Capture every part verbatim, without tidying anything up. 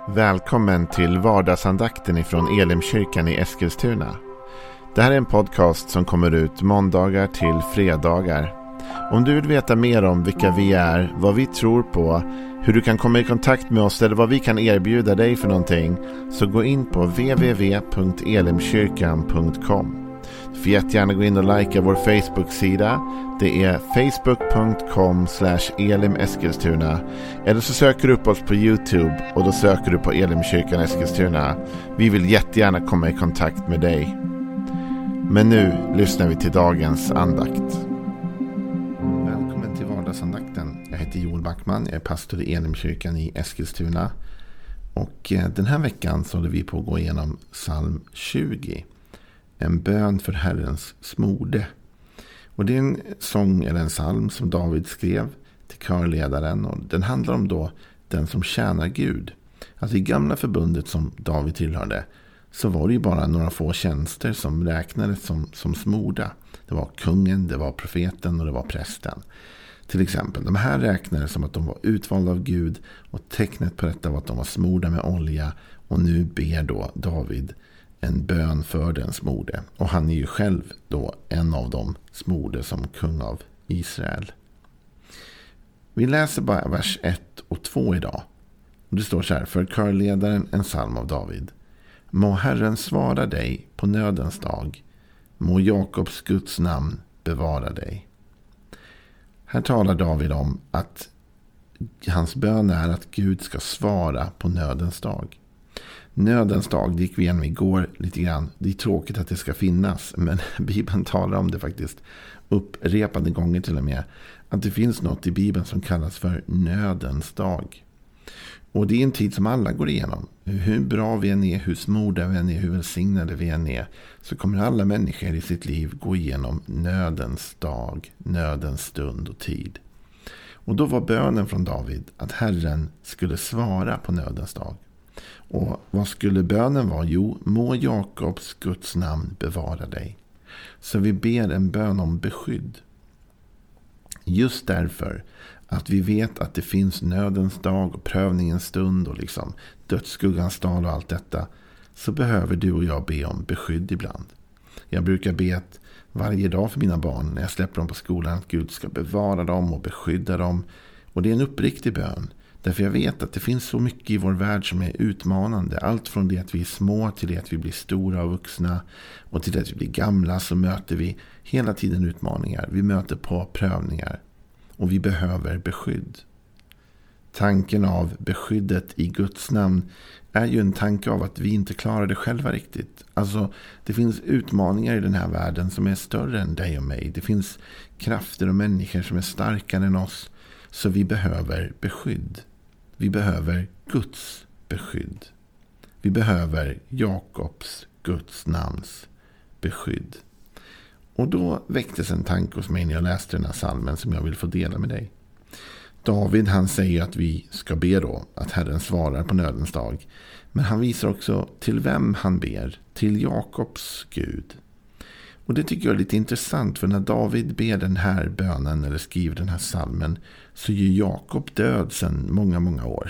Välkommen till vardagsandakten ifrån Elimkyrkan i Eskilstuna. Det här är en podcast som kommer ut måndagar till fredagar. Om du vill veta mer om vilka vi är, vad vi tror på, hur du kan komma i kontakt med oss eller vad vi kan erbjuda dig för någonting, så gå in på w w w punkt elimkyrkan punkt com. Du får jättegärna gå in och likea vår Facebook-sida. Det är facebook punkt com slash elimeskilstuna. Eller så söker du upp oss på YouTube och då söker du på Elimkyrkan Eskilstuna. Vi vill jättegärna komma i kontakt med dig. Men nu lyssnar vi till dagens andakt. Välkommen till vardagsandakten. Jag heter Joel Backman, jag är pastor i Elimkyrkan i Eskilstuna. Och den här veckan så håller vi på att gå igenom psalm tjugo. En bön för Herrens smorde. Och det är en sång eller en psalm som David skrev till körledaren. Och den handlar om då den som tjänar Gud. Alltså i gamla förbundet som David tillhörde så var det ju bara några få tjänster som räknades som, som smorda. Det var kungen, det var profeten och det var prästen. Till exempel, de här räknades som att de var utvalda av Gud och tecknet på detta var att de var smorda med olja. Och nu ber då David en bön för den smorde. Och han är ju själv då en av de smorde som kung av Israel. Vi läser bara vers ett och två idag. Och det står så här: för körledaren en psalm av David. Må Herren svara dig på nödens dag. Må Jakobs Guds namn bevara dig. Här talar David om att hans bön är att Gud ska svara på nödens dag. Nödens dag, det gick vi igenom igår lite grann. Det är tråkigt att det ska finnas, men Bibeln talar om det faktiskt upprepade gånger till och med. Att det finns något i Bibeln som kallas för nödens dag. Och det är en tid som alla går igenom. Hur bra vi än är, hur smorda vi än är, hur välsignade vi än är, så kommer alla människor i sitt liv gå igenom nödens dag, nödens stund och tid. Och då var bönen från David att Herren skulle svara på nödens dag. Och vad skulle bönen vara? Jo, må Jakobs Guds namn bevara dig. Så vi ber en bön om beskydd. Just därför att vi vet att det finns nödens dag och prövningens stund och liksom dödsskuggans dal och allt detta, så behöver du och jag be om beskydd ibland. Jag brukar be att varje dag för mina barn när jag släpper dem på skolan att Gud ska bevara dem och beskydda dem. Och det är en uppriktig bön. Därför jag vet att det finns så mycket i vår värld som är utmanande. Allt från det att vi är små till det att vi blir stora och vuxna. Och till det att vi blir gamla så möter vi hela tiden utmaningar. Vi möter på prövningar. Och vi behöver beskydd. Tanken av beskyddet i Guds namn är ju en tanke av att vi inte klarar det själva riktigt. Alltså det finns utmaningar i den här världen som är större än dig och mig. Det finns krafter och människor som är starkare än oss. Så vi behöver beskydd. Vi behöver Guds beskydd. Vi behöver Jakobs, Guds namns beskydd. Och då väcktes en tanke hos mig när jag läste den här psalmen som jag vill få dela med dig. David han säger att vi ska be då att Herren svarar på nödens dag. Men han visar också till vem han ber. Till Jakobs Gud. Och det tycker jag är lite intressant, för när David ber den här bönen eller skriver den här psalmen så är ju Jakob död sedan många, många år.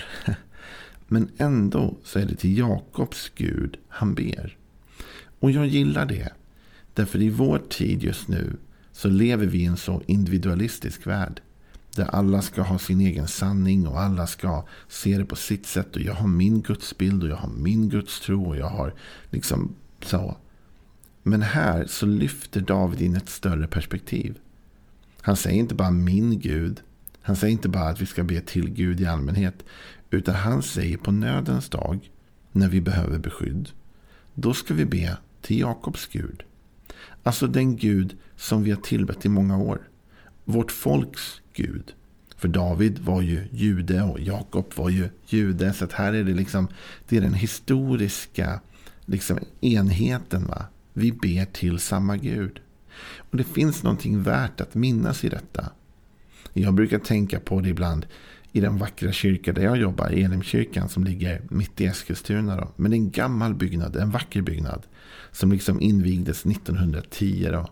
Men ändå så är det till Jakobs Gud han ber. Och jag gillar det. Därför i vår tid just nu så lever vi i en så individualistisk värld. Där alla ska ha sin egen sanning och alla ska se det på sitt sätt. Och jag har min gudsbild och jag har min gudstro och jag har liksom så. Men här så lyfter David in ett större perspektiv. Han säger inte bara min Gud. Han säger inte bara att vi ska be till Gud i allmänhet. Utan han säger på nödens dag, när vi behöver beskydd, då ska vi be till Jakobs Gud. Alltså den Gud som vi har tillbett i många år. Vårt folks Gud. För David var ju jude och Jakob var ju jude. Så att här är det liksom, det är den historiska liksom enheten, va. Vi ber till samma Gud. Och det finns någonting värt att minnas i detta. Jag brukar tänka på det ibland i den vackra kyrka där jag jobbar, Elimkyrkan, som ligger mitt i Eskilstuna då. Men det är en gammal byggnad, en vacker byggnad som liksom invigdes nittonhundratio då.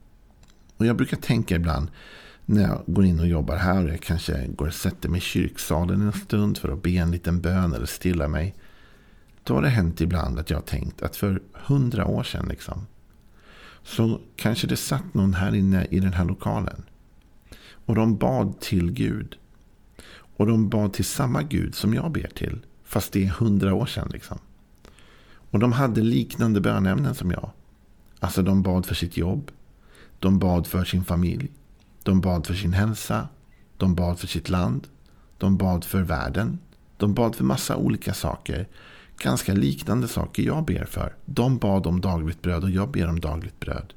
Och jag brukar tänka ibland när jag går in och jobbar här och jag kanske går och sätter mig i kyrksalen en stund för att be en liten bön eller stilla mig. då har det hänt ibland att jag har tänkt att för hundra år sedan liksom, så kanske det satt någon här inne i den här lokalen. Och de bad till Gud. Och de bad till samma Gud som jag ber till. Fast det är hundra år sedan liksom. Och de hade liknande bönämnen som jag. Alltså de bad för sitt jobb. De bad för sin familj. De bad för sin hälsa. De bad för sitt land. De bad för världen. De bad för massa olika saker. Ganska liknande saker jag ber för. De bad om dagligt bröd och jag ber om dagligt bröd.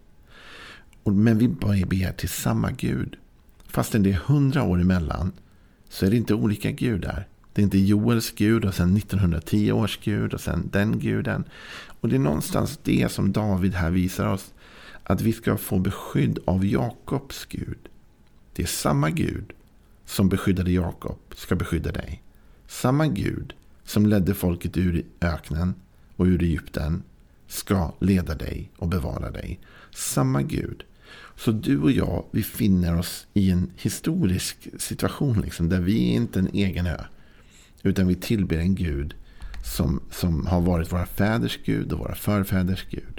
Men vi bara ber till samma Gud. Fastän det är hundra år emellan så är det inte olika gudar. Det är inte Joels Gud och sen nittonhundratio års Gud och sen den guden. Och det är någonstans det som David här visar oss. Att vi ska få beskydd av Jakobs Gud. Det är samma Gud som beskyddade Jakob ska beskydda dig. Samma Gud som ledde folket ur öknen och ur Egypten ska leda dig och bevara dig. Samma Gud. Så du och jag, vi finner oss i en historisk situation liksom, där vi är inte en egen ö. Utan vi tillber en Gud som, som har varit våra fäders Gud och våra förfäders Gud.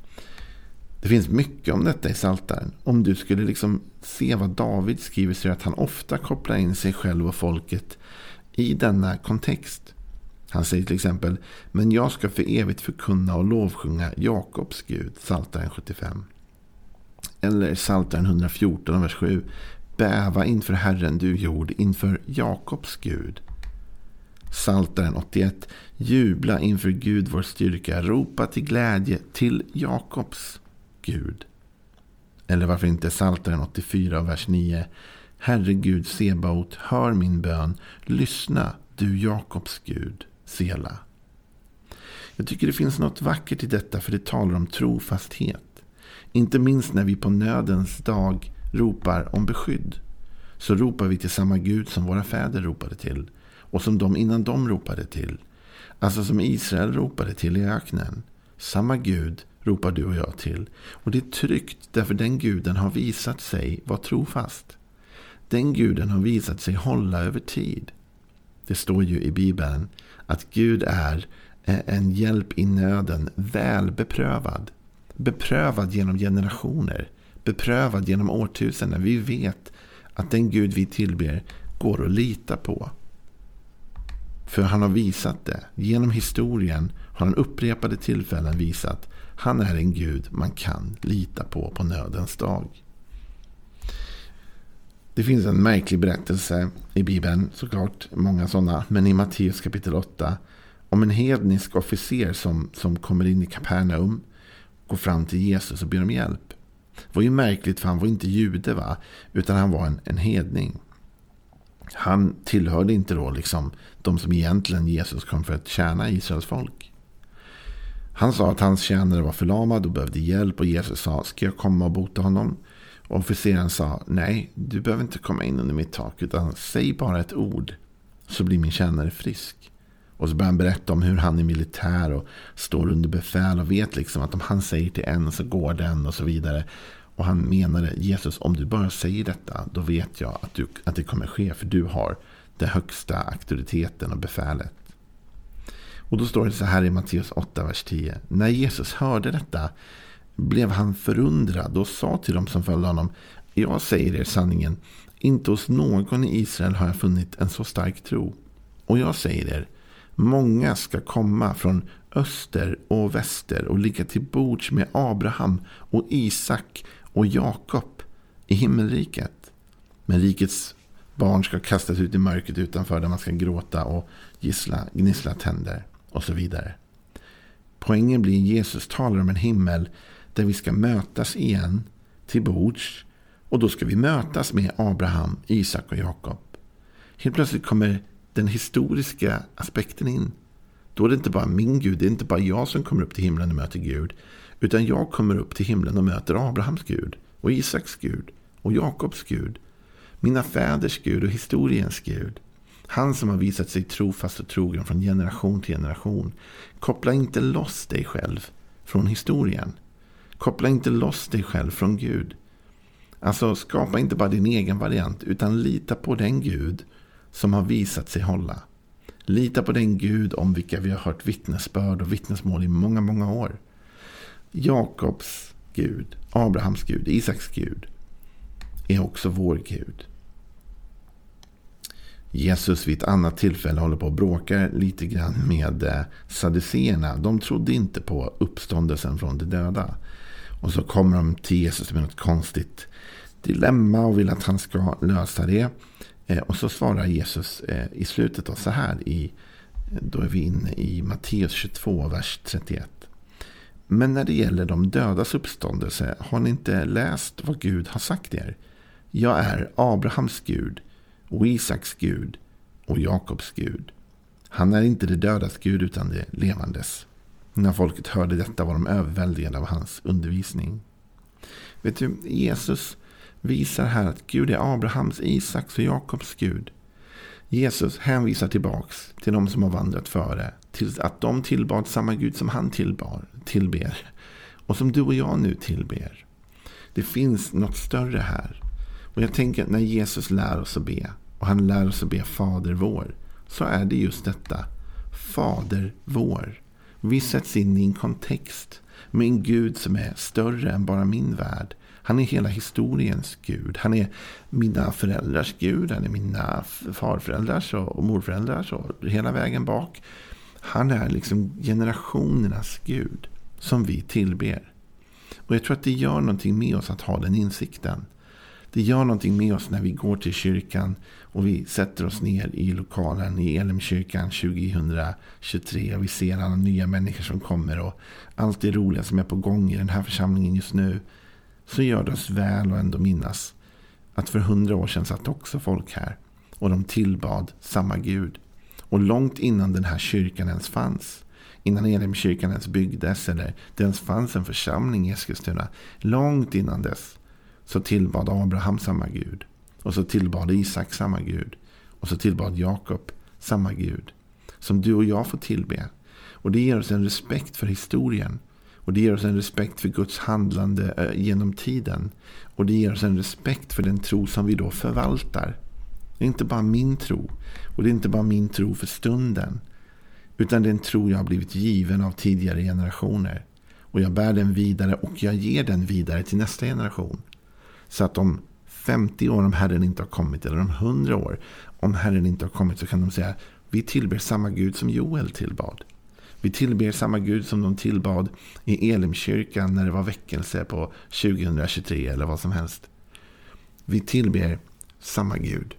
Det finns mycket om detta i Psaltaren. Om du skulle liksom se vad David skriver så är att han ofta kopplar in sig själv och folket i denna kontext. Han säger till exempel: men jag ska för evigt förkunna och lovsjunga Jakobs Gud, Psaltaren sjuttiofem. Eller Psaltaren hundrafjorton, vers sju. Bäva inför Herren du jord, inför Jakobs Gud. Psaltaren åttioett. Jubla inför Gud vår styrka, ropa till glädje till Jakobs Gud. Eller varför inte Psaltaren åttiofyra, vers nio. Herre Gud Sebaot, hör min bön, lyssna du Jakobs Gud, Sela. Jag tycker det finns något vackert i detta, för det talar om trofasthet. Inte minst när vi på nödens dag ropar om beskydd, så ropar vi till samma Gud som våra fäder ropade till och som de innan de ropade till. Alltså som Israel ropade till i öknen. Samma Gud ropar du och jag till. Och det är tryggt därför den guden har visat sig vara trofast. Den guden har visat sig hålla över tid. Det står ju i Bibeln att Gud är en hjälp i nöden, väl beprövad. Beprövad genom generationer. Beprövad genom årtusenden. Vi vet att den Gud vi tillber går att lita på. För han har visat det. Genom historien har han upprepade tillfällen visat. Han är en Gud man kan lita på på nödens dag. Det finns en märklig berättelse i Bibeln, såklart många sådana, men i Matteus kapitel åtta om en hednisk officer som, som kommer in i Kapernaum, går fram till Jesus och ber om hjälp. Det var ju märkligt, för han var inte jude va, utan han var en, en hedning. Han tillhörde inte då liksom de som egentligen Jesus kom för att tjäna Israels folk. Han sa att hans tjänare var förlamad och behövde hjälp, och Jesus sa: ska jag komma och bota honom? Och officeren sa: nej, du behöver inte komma in under mitt tak, utan säg bara ett ord så blir min tjänare frisk. Och så börjar han berätta om hur han är militär och står under befäl och vet liksom att om han säger till en så går den och så vidare. Och han menade: Jesus, om du bara säger detta, då vet jag att, du, att det kommer ske, för du har den högsta auktoriteten och befälet. Och då står det så här i Matteus åtta, vers tio. När Jesus hörde detta blev han förundrad och sa till dem som följde honom: jag säger er sanningen, inte hos någon i Israel har jag funnit en så stark tro. Och jag säger er, många ska komma från öster och väster och ligga till bords med Abraham och Isak och Jakob i himmelriket. Men rikets barn ska kastas ut i mörkret utanför, där man ska gråta och gissla, gnissla tänder och så vidare. Poängen blir: Jesus talar om en himmel där vi ska mötas igen till bords, och då ska vi mötas med Abraham, Isak och Jakob. Helt plötsligt kommer den historiska aspekten in. Då är det inte bara min Gud, det är inte bara jag som kommer upp till himlen och möter Gud, utan jag kommer upp till himlen och möter Abrahams Gud och Isaks Gud och Jakobs Gud, mina fäders Gud och historiens Gud. Han som har visat sig trofast och trogen från generation till generation. Koppla inte loss dig själv från historien. Koppla inte loss dig själv från Gud. Alltså skapa inte bara din egen variant, utan lita på den Gud som har visat sig hålla. Lita på den Gud om vilka vi har hört vittnesbörd och vittnesmål i många, många år. Jakobs Gud, Abrahams Gud, Isaks Gud är också vår Gud. Jesus vid ett annat tillfälle håller på att bråka lite grann med saduceerna. De trodde inte på uppståndelsen från de döda. Och så kommer de till Jesus med något konstigt dilemma och vill att han ska lösa det. Och så svarar Jesus i slutet då så här. I, då är vi inne i Matteus tjugotvå, vers trettioett. Men när det gäller de dödas uppståndelse har ni inte läst vad Gud har sagt er. Jag är Abrahams Gud och Isaks Gud och Jakobs Gud. Han är inte det dödas Gud utan det levandes. När folket hörde detta var de överväldigade av hans undervisning. Vet du, Jesus visar här att Gud är Abrahams, Isaks och Jakobs Gud. Jesus hänvisar tillbaks till de som har vandrat före, till att de tillbad samma Gud som han tillbar, tillber och som du och jag nu tillber. Det finns något större här. Och jag tänker att när Jesus lär oss att be, och han lär oss att be Fader vår, så är det just detta, Fader vår. Vi sätts in i en kontext med en Gud som är större än bara min värld. Han är hela historiens Gud. Han är mina föräldrars Gud. Han är mina farföräldrars och morföräldrars och hela vägen bak. Han är liksom generationernas Gud som vi tillber. Och jag tror att det gör någonting med oss att ha den insikten. Det gör någonting med oss när vi går till kyrkan och vi sätter oss ner i lokalen i Elimkyrkan tjugohundratjugotre och vi ser alla nya människor som kommer och allt det roliga som är på gång i den här församlingen just nu. Så gör det oss väl och ändå minnas att för hundra år sedan satt också folk här och de tillbad samma Gud. Och långt innan den här kyrkan ens fanns, innan Elimkyrkan ens byggdes eller det ens fanns en församling i Eskilstuna, långt innan dess så tillbad Abraham samma Gud. Och så tillbad Isak samma Gud. Och så tillbad Jakob samma Gud. Som du och jag får tillbe. Och det ger oss en respekt för historien. Och det ger oss en respekt för Guds handlande äh, genom tiden. Och det ger oss en respekt för den tro som vi då förvaltar. Det är inte bara min tro. Och det är inte bara min tro för stunden. Utan det är en tro jag har blivit given av tidigare generationer. Och jag bär den vidare och jag ger den vidare till nästa generation. Så att om femtio år om Herren inte har kommit, eller om hundra år om Herren inte har kommit, så kan de säga: vi tillber samma Gud som Joel tillbad. Vi tillber samma Gud som de tillbad i Elimkyrkan när det var väckelse på tjugohundratjugotre eller vad som helst. Vi tillber samma Gud.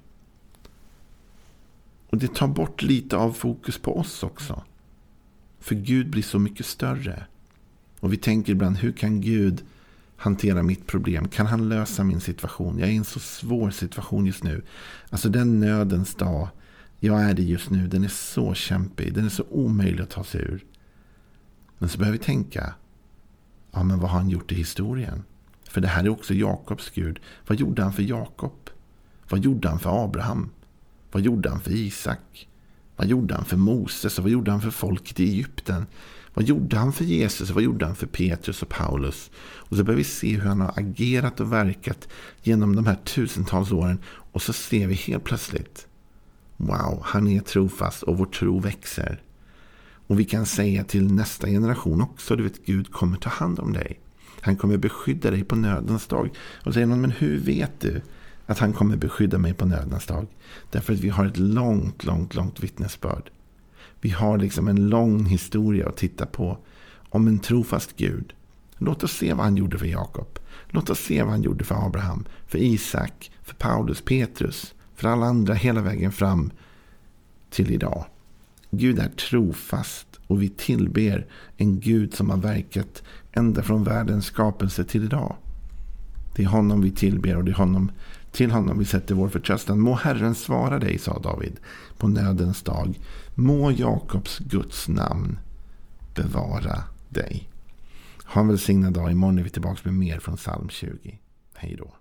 Och det tar bort lite av fokus på oss också. För Gud blir så mycket större. Och vi tänker ibland, hur kan Gud hantera mitt problem? Kan han lösa min situation? Jag är i en så svår situation just nu. Alltså den nödens dag jag är det just nu, den är så kämpig. Den är så omöjlig att ta sig ur. Men så behöver vi tänka, ja men vad har han gjort i historien? För det här är också Jakobs Gud. Vad gjorde han för Jakob? Vad gjorde han för Abraham? Vad gjorde han för Isak? Vad gjorde han för Moses? Och vad gjorde han för folket i Egypten? Vad gjorde han för Jesus? Och vad gjorde han för Petrus och Paulus? Och så börjar vi se hur han har agerat och verkat genom de här tusentals åren. Och så ser vi helt plötsligt, wow, han är trofast och vår tro växer. Och vi kan säga till nästa generation också, du vet, Gud kommer ta hand om dig. Han kommer beskydda dig på nödens dag. Och säger någon, men hur vet du att han kommer beskydda mig på nödens dag? Därför att vi har ett långt, långt, långt vittnesbörd. Vi har liksom en lång historia att titta på om en trofast Gud. Låt oss se vad han gjorde för Jakob. Låt oss se vad han gjorde för Abraham, för Isak, för Paulus, Petrus, för alla andra hela vägen fram till idag. Gud är trofast och vi tillber en Gud som har verkat ända från världens skapelse till idag. Det är honom vi tillber och det är honom, till honom vi sätter vår förtröstan. Må Herren svara dig, sa David, på nödens dag. Må Jakobs Guds namn bevara dig. Ha en välsignad dag. Imorgon är vi tillbaka med mer från psalm tjugo. Hej då.